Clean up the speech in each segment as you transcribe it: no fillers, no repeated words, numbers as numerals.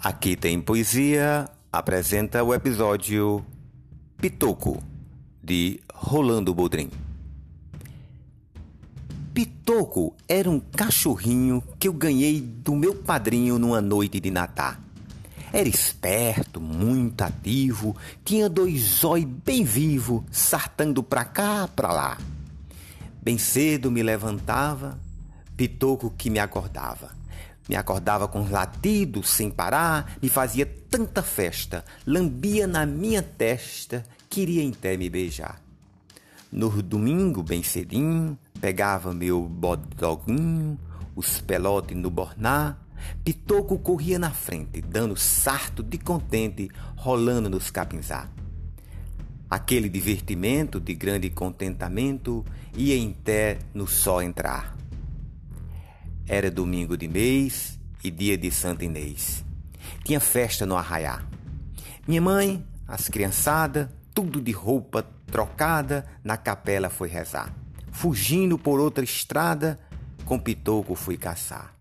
Aqui Tem Poesia apresenta o episódio Pitoco, de Rolando Boldrin. Pitoco era um cachorrinho que eu ganhei do meu padrinho numa noite de Natal. Era esperto, muito ativo, tinha 2 zói bem vivos, sartando pra cá, pra lá. Bem cedo me levantava, Pitoco que me acordava. Me acordava com latidos sem parar, me fazia tanta festa, lambia na minha testa, queria até me beijar. No domingo, bem cedinho, pegava meu bodoguinho, os pelotes no borná, Pitoco corria na frente, dando sarto de contente, rolando nos capinzá. Aquele divertimento de grande contentamento ia em té no sol entrar. Era domingo de mês e dia de Santa Inês. Tinha festa no arraiá. Minha mãe, as criançadas, tudo de roupa trocada, na capela foi rezar. Fugindo por outra estrada, com Pitoco fui caçar.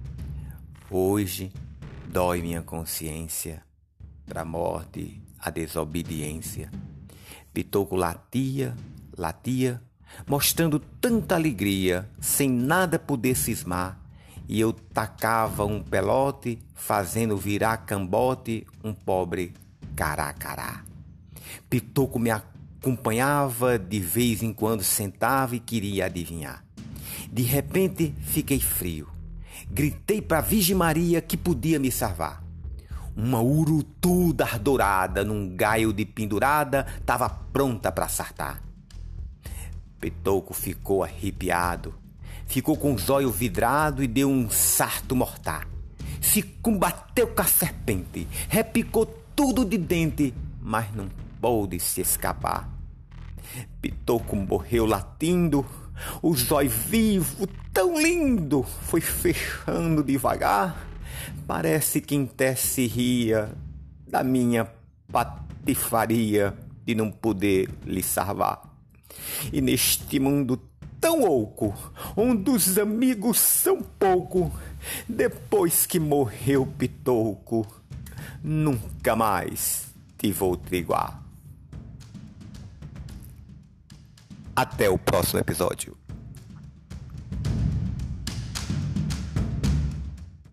Hoje dói minha consciência, pra morte a desobediência. Pitoco latia, mostrando tanta alegria, sem nada poder cismar, e eu tacava um pelote, fazendo virar cambote um pobre cará. Pitoco me acompanhava, de vez em quando sentava e queria adivinhar. De repente fiquei frio, gritei pra Virgem Maria que podia me salvar. Uma urutuda ardorada, num gaio de pendurada, tava pronta pra sartar. Pitoco ficou arrepiado, ficou com os olhos vidrados e deu um sarto mortal. Se combateu com a serpente, repicou tudo de dente, mas não pôde se escapar. Pitoco morreu latindo, os olhos vivos, tão lindo, foi fechando devagar. Parece que até se ria da minha patifaria de não poder lhe salvar. E neste mundo tão oco, onde os amigos são pouco, depois que morreu Pitoco, nunca mais tive outro igual. Até o próximo episódio.